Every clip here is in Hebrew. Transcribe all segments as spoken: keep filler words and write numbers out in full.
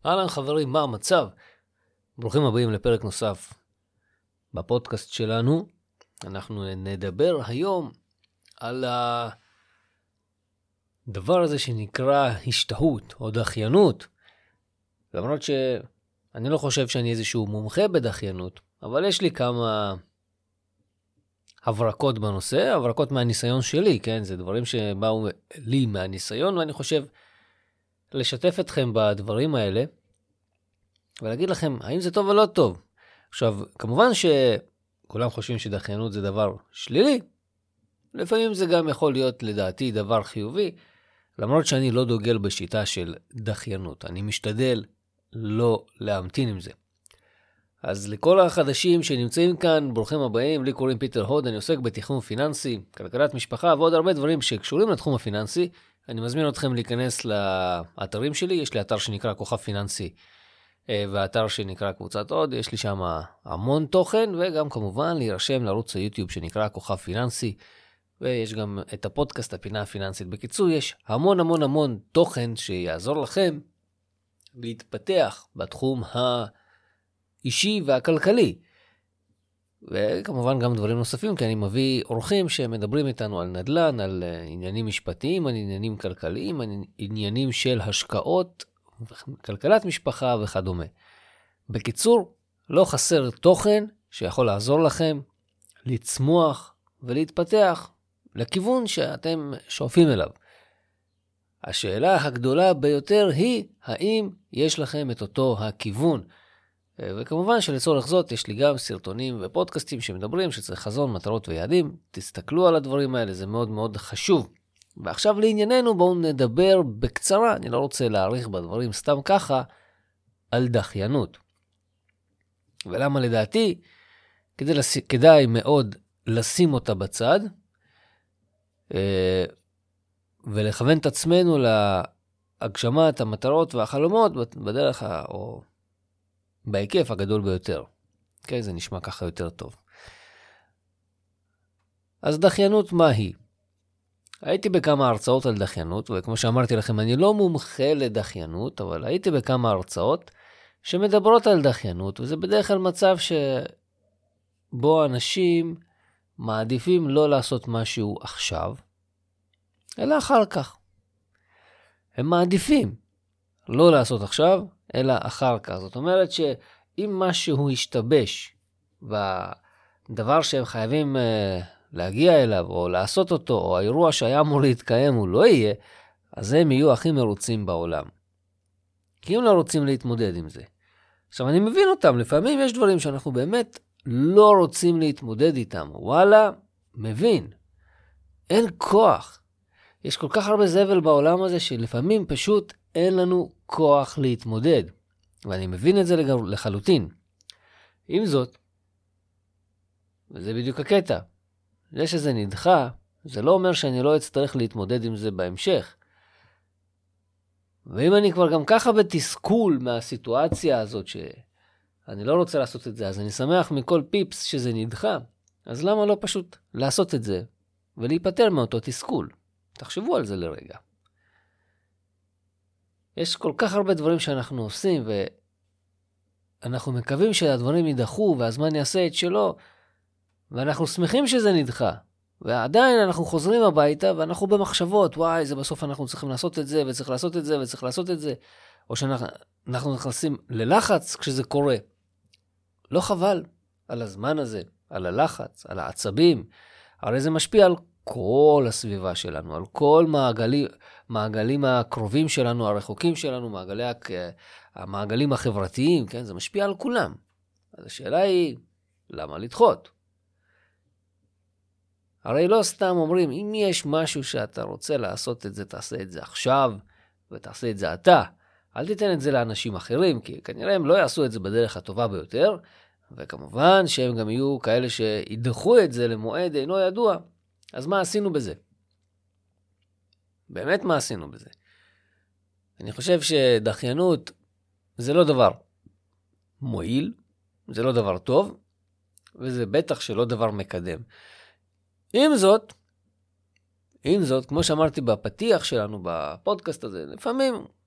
אהלן חברים, מה המצב? ברוכים הבאים לפרק נוסף בפודקאסט שלנו. אנחנו נדבר היום על הדבר הזה שנקרא השתהות או דחיינות. למרות שאני לא חושב שאני איזשהו מומחה בדחיינות, אבל יש לי כמה הברקות בנושא, הברקות מהניסיון שלי, כן? זה דברים שבאו לי מהניסיון, ואני חושב לשתף אתכם בדברים האלה, ולהגיד לכם האם זה טוב או לא טוב. עכשיו, כמובן שכולם חושבים שדחיינות זה דבר שלילי, לפעמים זה גם יכול להיות לדעתי דבר חיובי, למרות שאני לא דוגל בשיטה של דחיינות. אני משתדל לא להמתין עם זה. אז לכל החדשים שנמצאים כאן, ברוכים הבאים, לי קוראים פיטר הוד, אני עוסק בתכנון פיננסי, כלכלת משפחה ועוד הרבה דברים שקשורים לתחום הפיננסי. אני מזמין אתכם להיכנס לאתרים שלי, יש לי אתר שנקרא כוכב פיננסי, ואתר שנקרא קבוצת עוד, יש לי שם המון תוכן, וגם כמובן להירשם לערוץ היוטיוב שנקרא כוכב פיננסי, ויש גם את הפודקאסט הפינה הפיננסית. בקיצור, יש המון המון המון תוכן שיעזור לכם להתפתח בתחום האישי והכלכלי. וכמובן גם דברים נוספים, כי אני מביא אורחים שמדברים איתנו על נדל"ן, על עניינים משפטיים, על עניינים כלכליים, על עניינים של השקעות, כלכלת משפחה וכדומה. בקיצור, לא חסר תוכן שיכול לעזור לכם לצמוח ולהתפתח לכיוון שאתם שואפים אליו. השאלה הגדולה ביותר היא, האם יש לכם את אותו הכיוון? וכמובן שלצורך זאת יש לי גם סרטונים ופודקאסטים שמדברים שצריך חזון, מטרות ויעדים. תסתכלו על הדברים האלה, זה מאוד מאוד חשוב. ועכשיו לענייננו, בואו נדבר בקצרה, אני לא רוצה להאריך בדברים סתם ככה, על דחיינות. ולמה לדעתי? כדי לס... כדאי מאוד לשים אותה בצד, ולכוון את עצמנו להגשמת המטרות והחלומות בדרך ה... או בהיקף הגדול ביותר. כן, זה נשמע ככה יותר טוב. אז דחיינות מה היא? הייתי בכמה הרצאות על דחיינות, וכמו שאמרתי לכם, אני לא מומחה לדחיינות, אבל הייתי בכמה הרצאות שמדברות על דחיינות, וזה בדרך כלל מצב שבו אנשים מעדיפים לא לעשות משהו עכשיו, אלא אחר כך. הם מעדיפים לא לעשות עכשיו, אלא אחר כך. זאת אומרת שאם משהו ישתבש, והדבר שהם חייבים להגיע אליו, או לעשות אותו, או האירוע שהיה אמור להתקיים הוא לא יהיה, אז הם יהיו הכי מרוצים בעולם. כי הם לא רוצים להתמודד עם זה. עכשיו, אני מבין אותם, לפעמים יש דברים שאנחנו באמת לא רוצים להתמודד איתם. וואלה, מבין. אין כוח. יש כל כך הרבה זבל בעולם הזה, שלפעמים פשוט אין לנו כוח להתמודד. ואני מבין את זה לחלוטין. עם זאת, וזה בדיוק הקטע, זה שזה נדחה, זה לא אומר שאני לא אצטרך להתמודד עם זה בהמשך. ואם אני כבר גם ככה בתסכול מהסיטואציה הזאת, שאני לא רוצה לעשות את זה, אז אני שמח מכל פיפס שזה נדחה, אז למה לא פשוט לעשות את זה, ולהיפטר מאותו תסכול? תחשבו על זה לרגע. יש כל כך הרבה דברים שאנחנו עושים, ואנחנו מקווים שהדברים יידחו, והזמן יעשה את שלו, ואנחנו שמחים שזה נדחה. ועדיין אנחנו חוזרים הביתה, ואנחנו במחשבות, וואי, זה בסוף אנחנו צריכים לעשות את זה, וצריך לעשות את זה, וצריך לעשות את זה, או שאנחנו נכנסים ללחץ כשזה קורה. לא חבל על הזמן הזה, על הלחץ, על העצבים, הרי זה משפיע על כל הסביבה שלנו, על כל מעגלים, מעגלים הקרובים שלנו, הרחוקים שלנו, מעגלי, המעגלים החברתיים, כן? זה משפיע על כולם. אז השאלה היא, למה לדחות? הרי לא סתם אומרים, אם יש משהו שאתה רוצה לעשות את זה, תעשה את זה עכשיו, ותעשה את זה אתה. אל תיתן את זה לאנשים אחרים, כי כנראה הם לא יעשו את זה בדרך הטובה ביותר, וכמובן שהם גם יהיו כאלה שידחו את זה למועד אינו ידוע. אז מה עשינו בזה? באמת מה עשינו בזה? אני חושב שדחיינות זה לא דבר מועיל, זה לא דבר טוב, וזה בטח שלא דבר מקדם. עם זאת, עם זאת, כמו שאמרתי בפתיח שלנו בפודקאסט הזה, לפעמים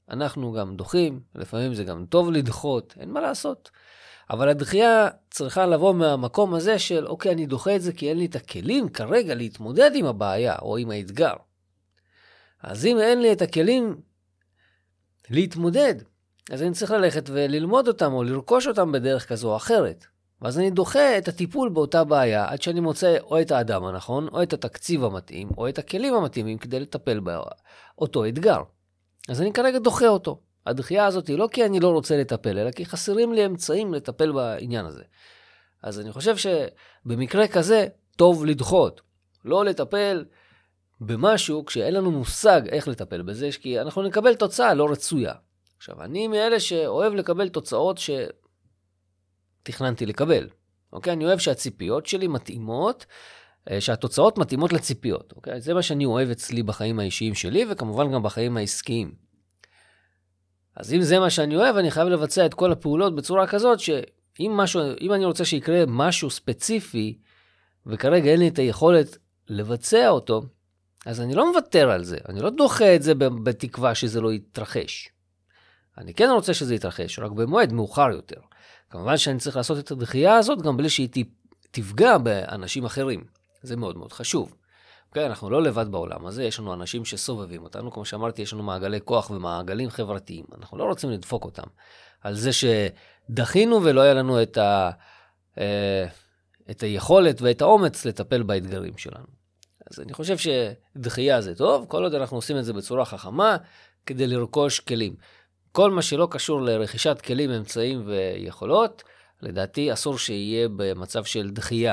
אנחנו גם דוחים, לפעמים זה גם טוב לדחות, אין מה לעשות. אבל הדחייה צריכה לבוא מהמקום הזה של, אוקיי, אני דוחה את זה כי אין לי את הכלים כרגע להתמודד עם הבעיה או עם האתגר. אז אם אין לי את הכלים להתמודד, אז אני צריך ללכת וללמוד אותם או לרכוש אותם בדרך כזו או אחרת. ואז אני דוחה את הטיפול באותה בעיה עד שאני מוצא או את האדם הנכון, או את התקציב המתאים, או את הכלים המתאימים כדי לטפל באותו אתגר. אז אני כרגע דוחה אותו. הדחייה הזאת היא לא כי אני לא רוצה לטפל, אלא כי חסרים לי אמצעים לטפל בעניין הזה. אז אני חושב שבמקרה כזה טוב לדחות. לא לטפל במשהו כשאין לנו מושג איך לטפל בזה, כי אנחנו נקבל תוצאה לא רצויה. עכשיו, אני מאלה שאוהב לקבל תוצאות שתכננתי לקבל. אוקיי? אני אוהב שהציפיות שלי מתאימות, שהתוצאות מתאימות לציפיות. אוקיי? זה מה שאני אוהב אצלי בחיים האישיים שלי, וכמובן גם בחיים העסקיים. אז אם זה מה שאני אוהב, אני חייב לבצע את כל הפעולות בצורה כזאת, שאם משהו, אם אני רוצה שיקרה משהו ספציפי, וכרגע אין לי את היכולת לבצע אותו, אז אני לא מוותר על זה. אני לא דוחה את זה בתקווה שזה לא יתרחש. אני כן רוצה שזה יתרחש, רק במועד מאוחר יותר. כמובן שאני צריך לעשות את הדחייה הזאת, גם בלי שהיא תפגע באנשים אחרים. זה מאוד מאוד חשוב. אוקיי, אנחנו לא לבד בעולם הזה, יש לנו אנשים שסובבים אותנו, כמו שאמרתי, יש לנו מעגלי כוח ומעגלים חברתיים. אנחנו לא רוצים לדפוק אותם. על זה שדחינו ולא היה לנו את, ה, את היכולת ואת האומץ לטפל באתגרים שלנו. אז אני חושב שדחייה זה טוב, כל עוד אנחנו עושים את זה בצורה חכמה, כדי לרכוש כלים. כל מה שלא קשור לרכישת כלים, אמצעים ויכולות, לדעתי אסור שיהיה במצב של דחייה.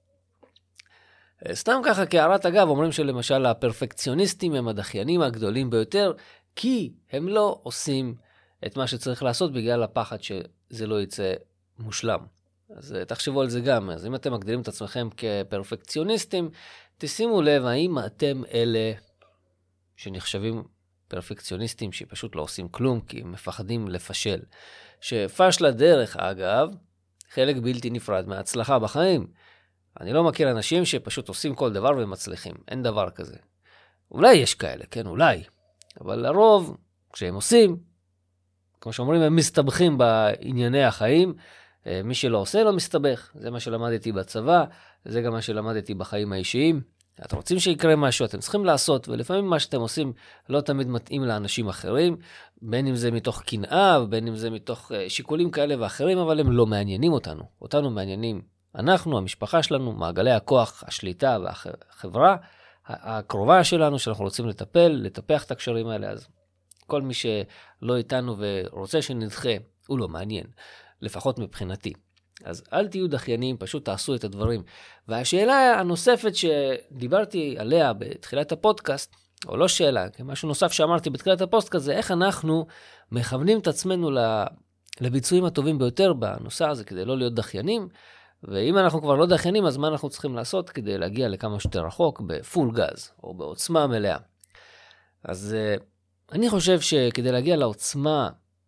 סתם ככה כהערת אגב, אומרים שלמשל הפרפקציוניסטים הם הדחיינים הגדולים ביותר, כי הם לא עושים את מה שצריך לעשות בגלל הפחד שזה לא יצא מושלם. אז תחשבו על זה גם. אז אם אתם מגדירים את עצמכם כפרפקציוניסטים, תשימו לב האם אתם אלה שנחשבים פרפקציוניסטים שפשוט לא עושים כלום כי הם מפחדים לפשל. שפשלה דרך אגב, חלק בלתי נפרד מההצלחה בחיים. אני לא מכיר אנשים שפשוט עושים כל דבר ומצליחים. אין דבר כזה. אולי יש כאלה, כן, אולי. אבל לרוב, כשהם עושים, כמו שאומרים, הם מסתבכים בענייני החיים. מי שלא עושה לא מסתבך. זה מה שלמדתי בצבא, זה גם מה שלמדתי בחיים האישיים. אתם רוצים שיקרה משהו, אתם צריכים לעשות, ולפעמים מה שאתם עושים לא תמיד מתאים לאנשים אחרים, בין אם זה מתוך קנאה, בין אם זה מתוך שיקולים כאלה ואחרים, אבל הם לא מעניינים אותנו. אותנו מעניינים אנחנו, המשפחה שלנו, מעגלי הכוח, השליטה והחברה, הקרובה שלנו שאנחנו רוצים לטפל, לטפח את הקשרים האלה. אז כל מי שלא איתנו ורוצה שנדחה, הוא לא מעניין, לפחות מבחינתי. אז אל תהיו דחיינים, פשוט תעשו את הדברים. והשאלה הנוספת שדיברתי עליה בתחילת הפודקאסט, או לא שאלה, משהו נוסף שאמרתי בתחילת הפודקאסט, זה איך אנחנו מכוונים את עצמנו לביצועים הטובים ביותר בנושא הזה, כדי לא להיות דחיינים. ואם אנחנו כבר לא דחיינים, אז מה אנחנו צריכים לעשות כדי להגיע לכמה שיותר רחוק בפול גז, או בעוצמה מלאה. אז אני חושב שכדי להגיע לעוצמה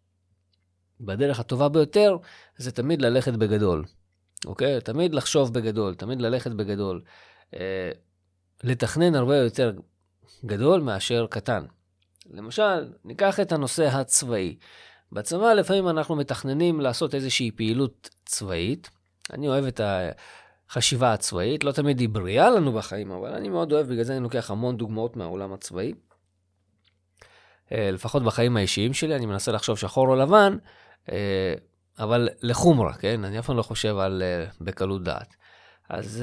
בדרך הטובה ביותר, זה תמיד ללכת בגדול. אוקיי? תמיד לחשוב בגדול, תמיד ללכת בגדול. אה, לתכנן הרבה יותר גדול מאשר קטן. למשל, ניקח את הנושא הצבאי. בצבא לפעמים אנחנו מתכננים לעשות איזושהי פעילות צבאית. אני אוהב את החשיבה הצבאית, לא תמיד היא בריאה לנו בחיים, אבל אני מאוד אוהב, בגלל זה אני לוקח המון דוגמאות מהעולם הצבאי. אה, לפחות בחיים האישיים שלי, אני מנסה לחשוב שחור או לבן, אבל לחומרה, כן? אני אף פעם לא חושב על בקלות דעת. אז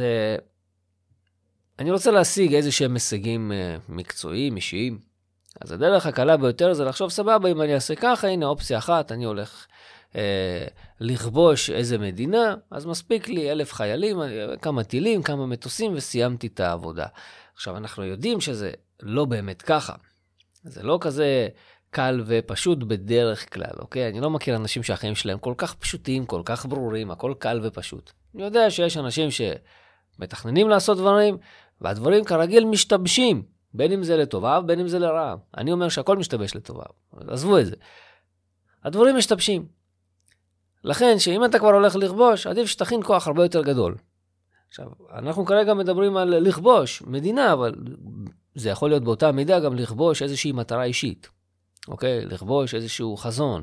אני רוצה להשיג איזה שהם הישגים מקצועיים, אישיים. אז הדרך הקלה ביותר זה לחשוב סבבה, אם אני אעשה ככה, הנה אופציה אחת, אני הולך אה, לכבוש איזה מדינה, אז מספיק לי אלף חיילים, כמה טילים, כמה מטוסים, וסיימתי את העבודה. עכשיו, אנחנו יודעים שזה לא באמת ככה. זה לא כזה קל ופשוט בדרך כלל, אוקיי? אני לא מכיר אנשים שהחיים שלהם כל כך פשוטים, כל כך ברורים, הכל קל ופשוט. אני יודע שיש אנשים שמתכננים לעשות דברים, והדברים כרגיל משתבשים, בין אם זה לטובה, בין אם זה לרעה. אני אומר שהכל משתבש לטובה, עזבו את זה. הדברים משתבשים. לכן, שאם אתה כבר הולך לכבוש, עדיף שתכין כוח הרבה יותר גדול. עכשיו, אנחנו כרגע מדברים על לכבוש מדינה, אבל זה יכול להיות באותה מידה גם לכבוש איזושהי מטרה אישית. אוקיי? לכבוש איזשהו חזון,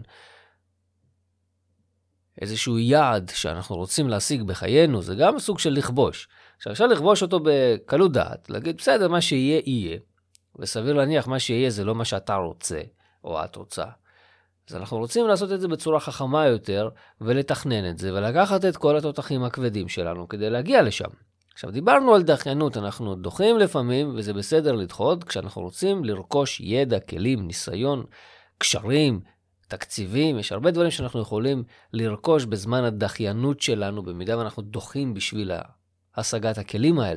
איזשהו יעד שאנחנו רוצים להשיג בחיינו, זה גם סוג של לכבוש. עכשיו, אפשר לכבוש אותו בקלות דעת, להגיד, בסדר, מה שיהיה, יהיה. וסביר להניח, מה שיהיה זה לא מה שאתה רוצה, או את רוצה. אז אנחנו רוצים לעשות את זה בצורה חכמה יותר, ולתכנן את זה, ולקחת את כל התותחים הכבדים שלנו, כדי להגיע לשם. עכשיו, דיברנו על דחיינות, אנחנו דוחים לפעמים, וזה בסדר לדחות, כשאנחנו רוצים לרכוש ידע, כלים, ניסיון, קשרים, תקציבים, יש הרבה דברים שאנחנו יכולים לרכוש בזמן הדחיינות שלנו, במידה ואנחנו דוחים בשביל השגת הכלים האלה.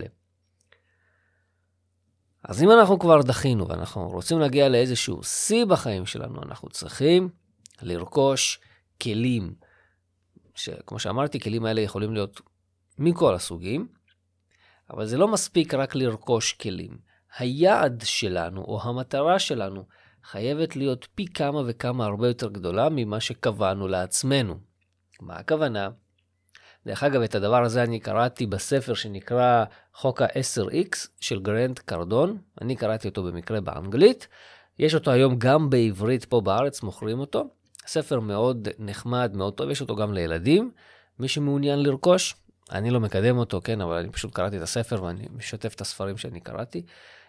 אז אם אנחנו כבר דחינו, ואנחנו רוצים להגיע לאיזשהו שיא בחיים שלנו, אנחנו צריכים לרכוש כלים, שכמו שאמרתי, כלים האלה יכולים להיות מכל הסוגים, אבל זה לא מספיק רק לרכוש כלים. היעד שלנו, או המטרה שלנו, חייבת להיות פי כמה וכמה הרבה יותר גדולה ממה שקבענו לעצמנו. מה הכוונה? דרך אגב, את הדבר הזה אני קראתי בספר שנקרא חוק ה-עשר איקס של גרנט קרדון. אני קראתי אותו במקרה באנגלית. יש אותו היום גם בעברית פה בארץ, מוכרים אותו. ספר מאוד נחמד, מאוד טוב, יש אותו גם לילדים. מי שמעוניין לרכוש, אני לא מקדם אותו, כן, אבל אני פשוט קראתי את הספר ואני משתף את הספרים שאני קראתי.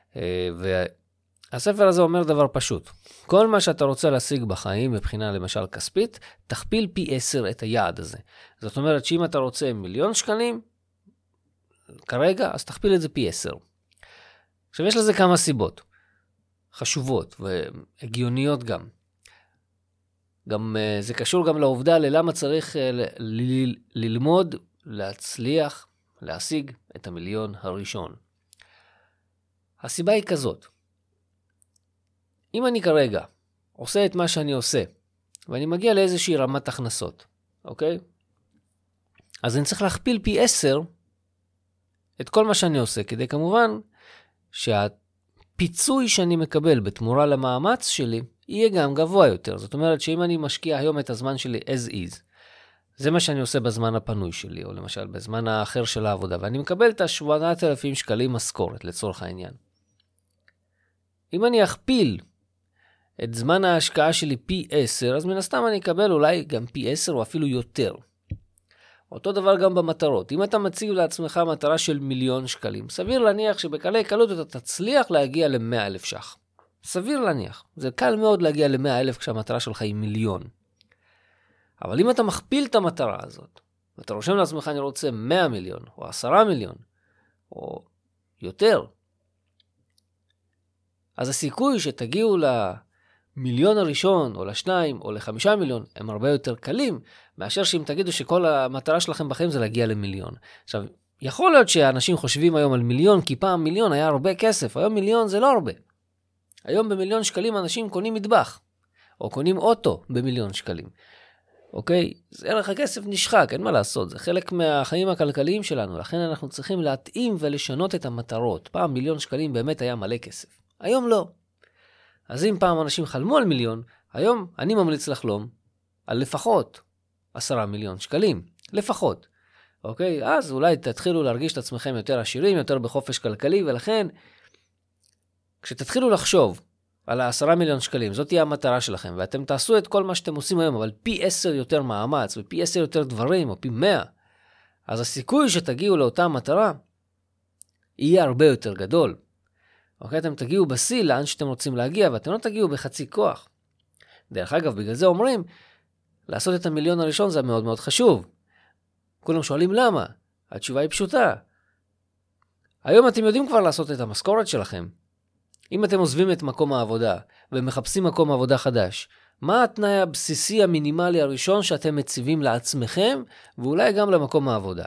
והספר הזה אומר דבר פשוט. כל מה שאתה רוצה להשיג בחיים, מבחינה למשל כספית, תכפיל פי עשר את היעד הזה. זאת אומרת שאם אתה רוצה מיליון שקלים, כרגע, אז תכפיל את זה פי עשר. עכשיו יש לזה כמה סיבות. חשובות והגיוניות גם. גם זה קשור גם לעובדה ללמה צריך ל- ל- ללמוד, להצליח, להשיג את המיליון הראשון. הסיבה היא כזאת. אם אני כרגע עושה את מה שאני עושה, ואני מגיע לאיזושהי רמת הכנסות, אוקיי? אז אני צריך להכפיל פי עשר את כל מה שאני עושה, כדי כמובן שהפיצוי שאני מקבל בתמורה למאמץ שלי, יהיה גם גבוה יותר. זאת אומרת שאם אני משקיע היום את הזמן שלי as is, זה מה שאני עושה בזמן הפנוי שלי, או למשל בזמן האחר של העבודה, ואני מקבל את ה-שמונת אלפים שקלים משכורת לצורך העניין. אם אני אכפיל את זמן ההשקעה שלי פי עשר, אז מן הסתם אני אקבל אולי גם פי עשר או אפילו יותר. אותו דבר גם במטרות. אם אתה מציב לעצמך מטרה של מיליון שקלים, סביר להניח שבקלי קלות אתה תצליח להגיע ל-מאה אלף ש"ח. סביר להניח. זה קל מאוד להגיע ל-מאה אלף כשהמטרה שלך היא מיליון. אבל אם אתה מכפיל את המטרה הזאת, ואתה רושם לעצמך אני רוצה מאה מיליון, או עשרה מיליון, או יותר, אז הסיכוי שתגיעו למיליון הראשון, או לשניים, או לחמישה מיליון, הם הרבה יותר קלים, מאשר שאם תגידו שכל המטרה שלכם בחיים זה להגיע למיליון. עכשיו, יכול להיות שאנשים חושבים היום על מיליון, כי פעם מיליון היה הרבה כסף, היום מיליון זה לא הרבה. היום במיליון שקלים אנשים קונים מטבח, או קונים אוטו במיליון שקלים. אוקיי? זה ערך הכסף נשחק, אין מה לעשות, זה חלק מהחיים הכלכליים שלנו, לכן אנחנו צריכים להתאים ולשנות את המטרות. פעם מיליון שקלים באמת היה מלא כסף, היום לא. אז אם פעם אנשים חלמו על מיליון, היום אני ממליץ לחלום על לפחות עשרה מיליון שקלים, לפחות. אוקיי? אז אולי תתחילו להרגיש את עצמכם יותר עשירים, יותר בחופש כלכלי, ולכן כשתתחילו לחשוב על העשרה מיליון שקלים, זאת תהיה המטרה שלכם, ואתם תעשו את כל מה שאתם עושים היום, אבל פי עשר יותר מאמץ, ופי עשר יותר דברים, או פי מאה, אז הסיכוי שתגיעו לאותה מטרה, יהיה הרבה יותר גדול. אוקיי, אתם תגיעו בשיא לאן שאתם רוצים להגיע, ואתם לא תגיעו בחצי כוח. דרך אגב, בגלל זה אומרים, לעשות את המיליון הראשון זה מאוד מאוד חשוב. כולם שואלים למה? התשובה היא פשוטה. היום אתם יודעים כבר לעשות את המשכורת שלכם. אם אתם עוזבים את מקום העבודה ומחפשים מקום עבודה חדש, מה התנאי הבסיסי המינימלי הראשון שאתם מציבים לעצמכם ואולי גם למקום העבודה?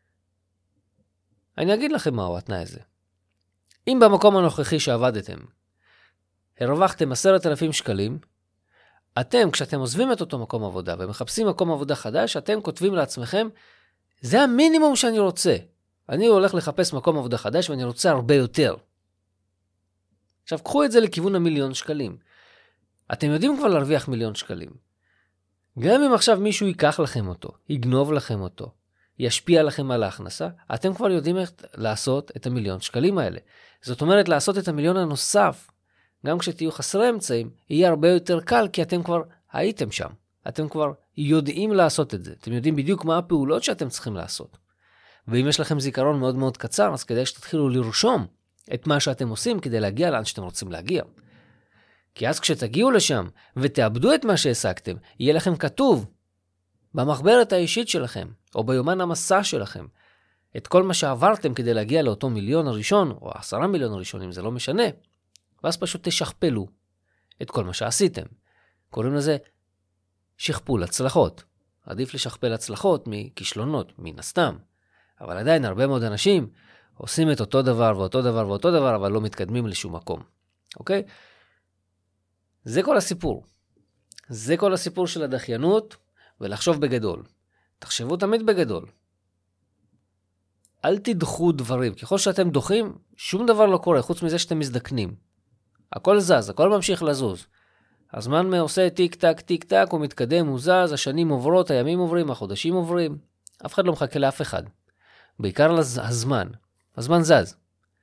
אני אגיד לכם מהו התנאי הזה. אם במקום הנוכחי שעבדתם הרווחתם עשרת אלפים שקלים, אתם כשאתם עוזבים את אותו מקום עבודה ומחפשים מקום עבודה חדש, אתם כותבים לעצמכם, זה המינימום שאני רוצה. אני הולך לחפש מקום עבודה חדש ואני רוצה הרבה יותר. עכשיו, קחו את זה לכיוון המיליון שקלים. אתם יודעים כבר להרוויח מיליון שקלים. גם אם עכשיו מישהו ייקח לכם אותו, יגנוב לכם אותו, ישפיע לכם על ההכנסה, אתם כבר יודעים איך לעשות את המיליון שקלים האלה. זאת אומרת, לעשות את המיליון הנוסף, גם כשתהיו חסרי אמצעים, יהיה הרבה יותר קל, כי אתם כבר הייתם שם. אתם כבר יודעים לעשות את זה. אתם יודעים בדיוק מה הפעולות שאתם צריכים לעשות. ואם יש לכם זיכרון מאוד מאוד קצר, אז כדאי שתתחילו לרשום את מה שאתם עושים כדי להגיע לאן שאתם רוצים להגיע. כי אז כשתגיעו לשם ותאבדו את מה שהשגתם, יהיה לכם כתוב במחברת האישית שלכם, או ביומן המסע שלכם, את כל מה שעברתם כדי להגיע לאותו מיליון הראשון, או עשרה מיליון הראשונים, זה לא משנה. ואז פשוט תשכפלו את כל מה שעשיתם. קוראים לזה שכפול הצלחות. עדיף לשכפל הצלחות מכישלונות, מן הסתם. אבל עדיין הרבה מאוד אנשים עושים את אותו דבר ואותו דבר ואותו דבר, אבל לא מתקדמים לשום מקום. אוקיי? זה כל הסיפור. זה כל הסיפור של הדחיינות, ולחשוב בגדול. תחשבו תמיד בגדול. אל תדחו דברים. ככל שאתם דוחים, שום דבר לא קורה, חוץ מזה שאתם מזדקנים. הכל זז, הכל ממשיך לזוז. הזמן עושה טיק טק, טיק טק, הוא מתקדם, הוא זז, השנים עוברות, הימים עוברים, החודשים עוברים. אף אחד לא מחכה לאף אחד. בעיקר הזמן. הזמן זז.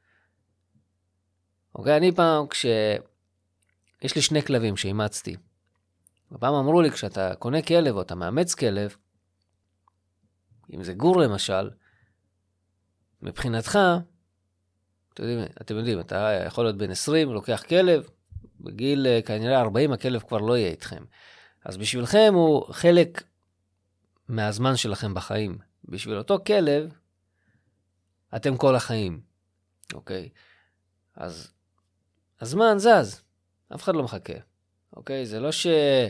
אוקיי, אני פעם, כש... יש לי שני כלבים שאימצתי. הפעם אמרו לי, כשאתה קונה כלב או אתה מאמץ כלב, אם זה גור למשל, מבחינתך, אתם יודעים, אתם יודעים, אתה יכול להיות בן עשרים, לוקח כלב, בגיל כנראה ארבעים הכלב כבר לא יהיה איתכם. אז בשבילכם הוא חלק מהזמן שלכם בחיים. בשביל אותו כלב, אתם כל החיים. אוקיי? אז הזמן זז. אף אחד לא מחכה. אוקיי? זה לא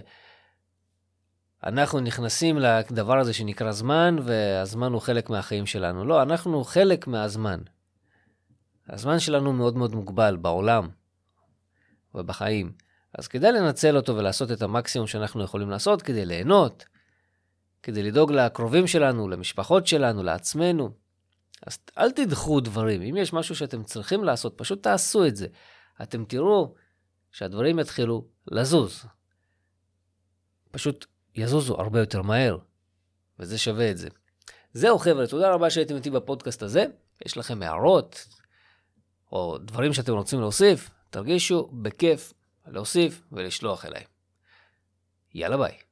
שאנחנו נכנסים לדבר הזה שנקרא זמן, והזמן הוא חלק מהחיים שלנו. לא, אנחנו חלק מהזמן. הזמן שלנו מאוד מאוד מוגבל בעולם ובחיים. אז כדאי לנצל אותו ולעשות את המקסימום שאנחנו יכולים לעשות כדי ליהנות, כדי לדאוג לקרובים שלנו, למשפחות שלנו, לעצמנו. אז אל תדחו דברים. אם יש משהו שאתם צריכים לעשות, פשוט תעשו את זה. אתם תראו שהדברים יתחילו לזוז. פשוט יזוזו הרבה יותר מהר. וזה שווה את זה. זהו חבר'ה, תודה רבה שהייתם איתי בפודקאסט הזה. יש לכם הערות או דברים שאתם רוצים להוסיף, תרגישו בכיף להוסיף ולשלוח אליי. יאללה ביי.